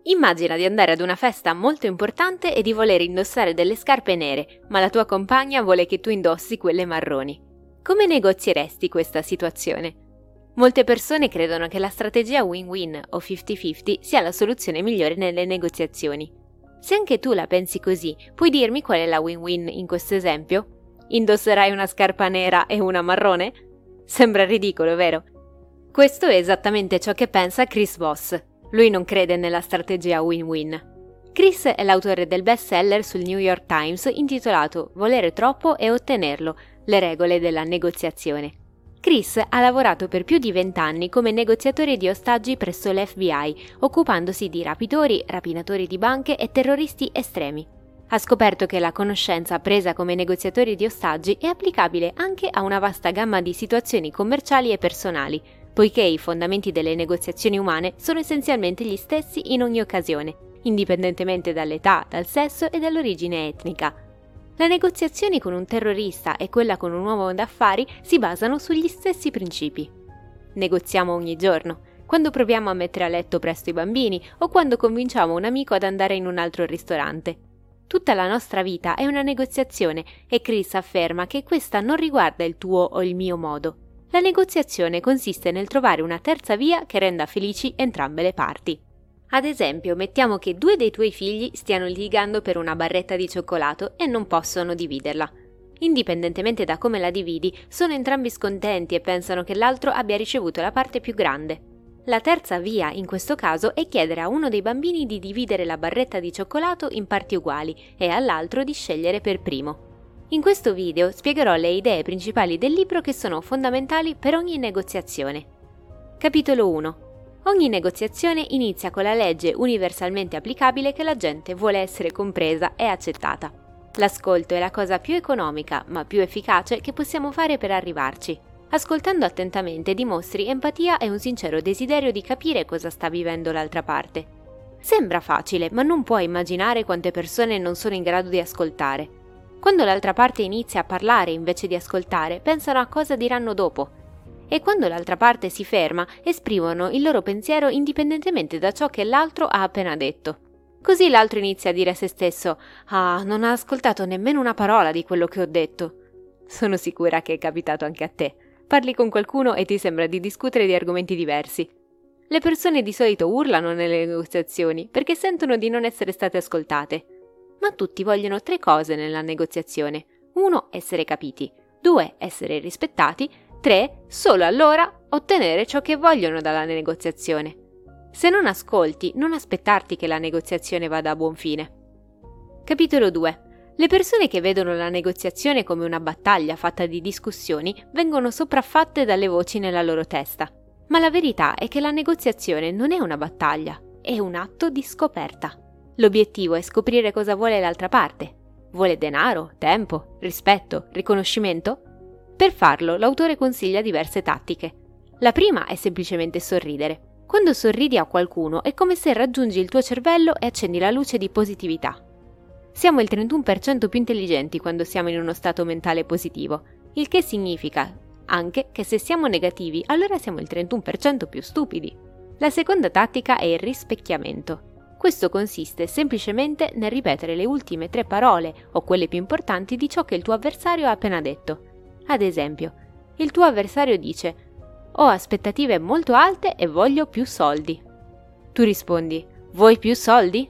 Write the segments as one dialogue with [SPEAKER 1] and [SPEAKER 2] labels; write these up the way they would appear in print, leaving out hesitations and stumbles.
[SPEAKER 1] Immagina di andare ad una festa molto importante e di voler indossare delle scarpe nere, ma la tua compagna vuole che tu indossi quelle marroni. Come negozieresti questa situazione? Molte persone credono che la strategia win-win o 50-50 sia la soluzione migliore nelle negoziazioni. Se anche tu la pensi così, puoi dirmi qual è la win-win in questo esempio? Indosserai una scarpa nera e una marrone? Sembra ridicolo, vero? Questo è esattamente ciò che pensa Chris Voss. Lui non crede nella strategia win-win. Chris è l'autore del bestseller sul New York Times intitolato Volere troppo e ottenerlo, le regole della negoziazione. Chris ha lavorato per più di 20 anni come negoziatore di ostaggi presso l'FBI, occupandosi di rapitori, rapinatori di banche e terroristi estremi. Ha scoperto che la conoscenza presa come negoziatori di ostaggi è applicabile anche a una vasta gamma di situazioni commerciali e personali, poiché i fondamenti delle negoziazioni umane sono essenzialmente gli stessi in ogni occasione, indipendentemente dall'età, dal sesso e dall'origine etnica. Le negoziazioni con un terrorista e quella con un uomo d'affari si basano sugli stessi principi. Negoziamo ogni giorno, quando proviamo a mettere a letto presto i bambini o quando convinciamo un amico ad andare in un altro ristorante. Tutta la nostra vita è una negoziazione e Chris afferma che questa non riguarda il tuo o il mio modo. La negoziazione consiste nel trovare una terza via che renda felici entrambe le parti. Ad esempio, mettiamo che 2 dei tuoi figli stiano litigando per una barretta di cioccolato e non possono dividerla. Indipendentemente da come la dividi, sono entrambi scontenti e pensano che l'altro abbia ricevuto la parte più grande. La terza via, in questo caso, è chiedere a uno dei bambini di dividere la barretta di cioccolato in parti uguali e all'altro di scegliere per primo. In questo video spiegherò le idee principali del libro che sono fondamentali per ogni negoziazione. Capitolo 1. Ogni negoziazione inizia con la legge universalmente applicabile che la gente vuole essere compresa e accettata. L'ascolto è la cosa più economica, ma più efficace che possiamo fare per arrivarci. Ascoltando attentamente dimostri empatia e un sincero desiderio di capire cosa sta vivendo l'altra parte. Sembra facile, ma non puoi immaginare quante persone non sono in grado di ascoltare. Quando l'altra parte inizia a parlare invece di ascoltare, pensano a cosa diranno dopo. E quando l'altra parte si ferma, esprimono il loro pensiero indipendentemente da ciò che l'altro ha appena detto. Così l'altro inizia a dire a se stesso: «Ah, non ha ascoltato nemmeno una parola di quello che ho detto». Sono sicura che è capitato anche a te. Parli con qualcuno e ti sembra di discutere di argomenti diversi. Le persone di solito urlano nelle negoziazioni perché sentono di non essere state ascoltate. Ma tutti vogliono 3 cose nella negoziazione. 1. Essere capiti. 2. Essere rispettati. 3. Solo allora ottenere ciò che vogliono dalla negoziazione. Se non ascolti, non aspettarti che la negoziazione vada a buon fine. Capitolo 2. Le persone che vedono la negoziazione come una battaglia fatta di discussioni vengono sopraffatte dalle voci nella loro testa. Ma la verità è che la negoziazione non è una battaglia, è un atto di scoperta. L'obiettivo è scoprire cosa vuole l'altra parte. Vuole denaro, tempo, rispetto, riconoscimento? Per farlo, l'autore consiglia diverse tattiche. La prima è semplicemente sorridere. Quando sorridi a qualcuno è come se raggiungi il tuo cervello e accendi la luce di positività. Siamo il 31% più intelligenti quando siamo in uno stato mentale positivo, il che significa anche che se siamo negativi, allora siamo il 31% più stupidi. La seconda tattica è il rispecchiamento. Questo consiste semplicemente nel ripetere le ultime 3 parole o quelle più importanti di ciò che il tuo avversario ha appena detto. Ad esempio, il tuo avversario dice: «Ho aspettative molto alte e voglio più soldi». Tu rispondi: «Vuoi più soldi?»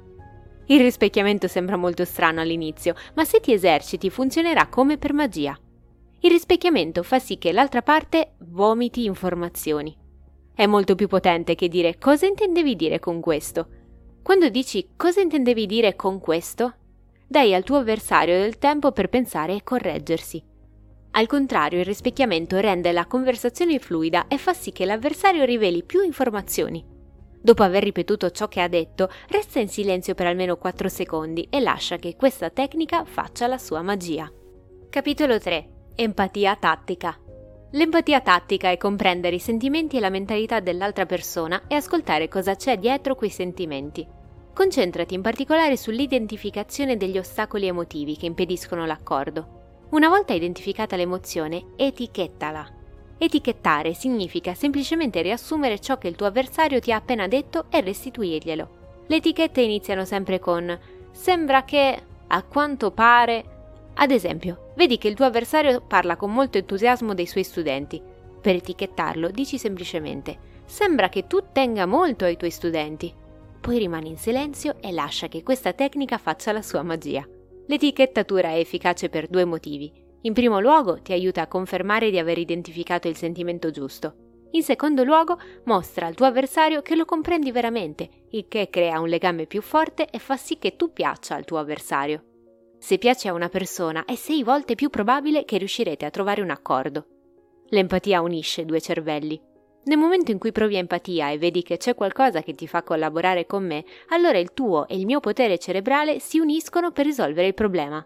[SPEAKER 1] Il rispecchiamento sembra molto strano all'inizio, ma se ti eserciti funzionerà come per magia. Il rispecchiamento fa sì che l'altra parte vomiti informazioni. È molto più potente che dire «Cosa intendevi dire con questo?». Quando dici «Cosa intendevi dire con questo?», dai al tuo avversario del tempo per pensare e correggersi. Al contrario, il rispecchiamento rende la conversazione fluida e fa sì che l'avversario riveli più informazioni. Dopo aver ripetuto ciò che ha detto, resta in silenzio per almeno 4 secondi e lascia che questa tecnica faccia la sua magia. Capitolo 3. Empatia tattica. L'empatia tattica è comprendere i sentimenti e la mentalità dell'altra persona e ascoltare cosa c'è dietro quei sentimenti. Concentrati in particolare sull'identificazione degli ostacoli emotivi che impediscono l'accordo. Una volta identificata l'emozione, etichettala. Etichettare significa semplicemente riassumere ciò che il tuo avversario ti ha appena detto e restituirglielo. Le etichette iniziano sempre con sembra che, a quanto pare. Ad esempio, vedi che il tuo avversario parla con molto entusiasmo dei suoi studenti. Per etichettarlo dici semplicemente sembra che tu tenga molto ai tuoi studenti. Poi rimani in silenzio e lascia che questa tecnica faccia la sua magia. L'etichettatura è efficace per due motivi. In primo luogo ti aiuta a confermare di aver identificato il sentimento giusto. In secondo luogo mostra al tuo avversario che lo comprendi veramente, il che crea un legame più forte e fa sì che tu piaccia al tuo avversario. Se piaci a una persona è 6 volte più probabile che riuscirete a trovare un accordo. L'empatia unisce due cervelli. Nel momento in cui provi empatia e vedi che c'è qualcosa che ti fa collaborare con me, allora il tuo e il mio potere cerebrale si uniscono per risolvere il problema.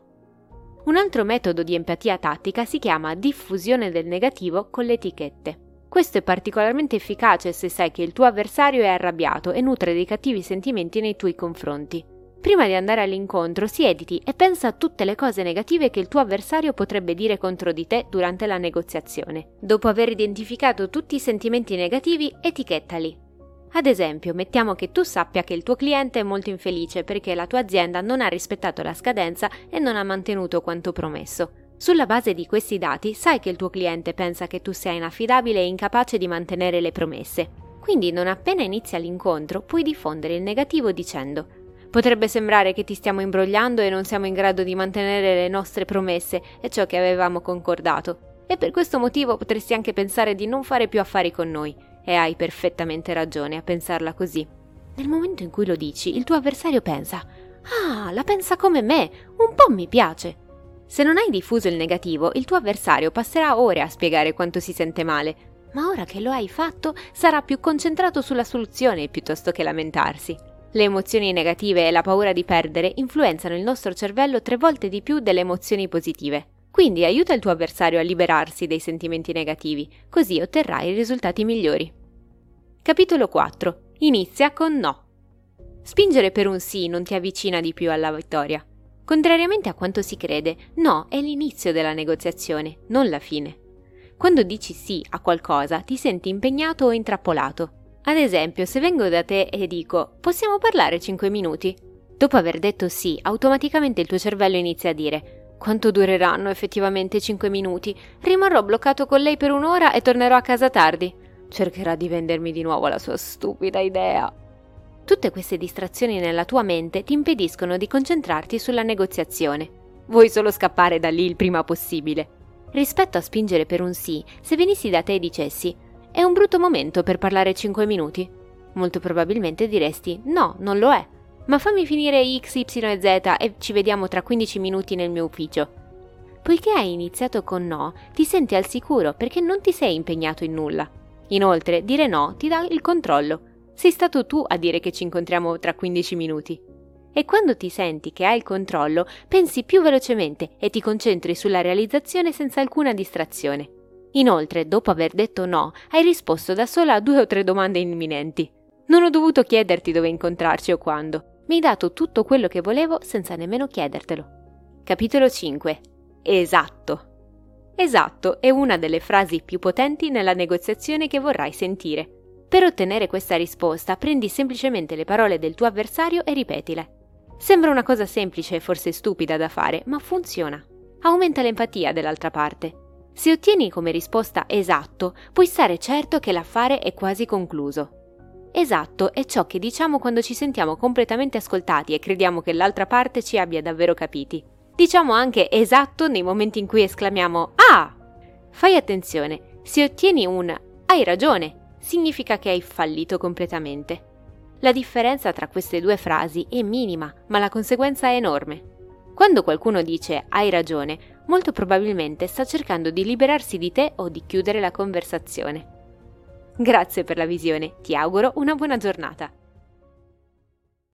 [SPEAKER 1] Un altro metodo di empatia tattica si chiama diffusione del negativo con le etichette. Questo è particolarmente efficace se sai che il tuo avversario è arrabbiato e nutre dei cattivi sentimenti nei tuoi confronti. Prima di andare all'incontro, siediti e pensa a tutte le cose negative che il tuo avversario potrebbe dire contro di te durante la negoziazione. Dopo aver identificato tutti i sentimenti negativi, etichettali. Ad esempio, mettiamo che tu sappia che il tuo cliente è molto infelice perché la tua azienda non ha rispettato la scadenza e non ha mantenuto quanto promesso. Sulla base di questi dati, sai che il tuo cliente pensa che tu sia inaffidabile e incapace di mantenere le promesse. Quindi, non appena inizia l'incontro, puoi diffondere il negativo dicendo: potrebbe sembrare che ti stiamo imbrogliando e non siamo in grado di mantenere le nostre promesse e ciò che avevamo concordato. E per questo motivo potresti anche pensare di non fare più affari con noi. E hai perfettamente ragione a pensarla così. Nel momento in cui lo dici, il tuo avversario pensa: ah, la pensa come me, un po' mi piace. Se non hai diffuso il negativo, il tuo avversario passerà ore a spiegare quanto si sente male, ma ora che lo hai fatto, sarà più concentrato sulla soluzione piuttosto che lamentarsi. Le emozioni negative e la paura di perdere influenzano il nostro cervello 3 volte di più delle emozioni positive. Quindi aiuta il tuo avversario a liberarsi dei sentimenti negativi, così otterrai i risultati migliori. Capitolo 4. Inizia con no. Spingere per un sì non ti avvicina di più alla vittoria. Contrariamente a quanto si crede, no è l'inizio della negoziazione, non la fine. Quando dici sì a qualcosa, ti senti impegnato o intrappolato. Ad esempio, se vengo da te e dico «Possiamo parlare 5 minuti?» Dopo aver detto sì, automaticamente il tuo cervello inizia a dire «Quanto dureranno effettivamente 5 minuti? Rimarrò bloccato con lei per 1 ora e tornerò a casa tardi. Cercherà di vendermi di nuovo la sua stupida idea». Tutte queste distrazioni nella tua mente ti impediscono di concentrarti sulla negoziazione. Vuoi solo scappare da lì il prima possibile. Rispetto a spingere per un sì, se venissi da te e dicessi «È un brutto momento per parlare 5 minuti?» Molto probabilmente diresti «No, non lo è, ma fammi finire X, Y e Z e ci vediamo tra 15 minuti nel mio ufficio». Poiché hai iniziato con no, ti senti al sicuro perché non ti sei impegnato in nulla. Inoltre, dire no ti dà il controllo. Sei stato tu a dire che ci incontriamo tra 15 minuti. E quando ti senti che hai il controllo, pensi più velocemente e ti concentri sulla realizzazione senza alcuna distrazione. Inoltre, dopo aver detto no, hai risposto da sola a 2 o 3 domande imminenti. Non ho dovuto chiederti dove incontrarci o quando. Mi hai dato tutto quello che volevo senza nemmeno chiedertelo. Capitolo 5. Esatto. Esatto è una delle frasi più potenti nella negoziazione che vorrai sentire. Per ottenere questa risposta, prendi semplicemente le parole del tuo avversario e ripetile. Sembra una cosa semplice e forse stupida da fare, ma funziona. Aumenta l'empatia dell'altra parte. Se ottieni come risposta esatto, puoi stare certo che l'affare è quasi concluso. Esatto è ciò che diciamo quando ci sentiamo completamente ascoltati e crediamo che l'altra parte ci abbia davvero capiti. Diciamo anche esatto nei momenti in cui esclamiamo «Ah!». Fai attenzione, se ottieni un «Hai ragione!», significa che hai fallito completamente. La differenza tra queste 2 frasi è minima, ma la conseguenza è enorme. Quando qualcuno dice «hai ragione», molto probabilmente sta cercando di liberarsi di te o di chiudere la conversazione. Grazie per la visione, ti auguro una buona giornata.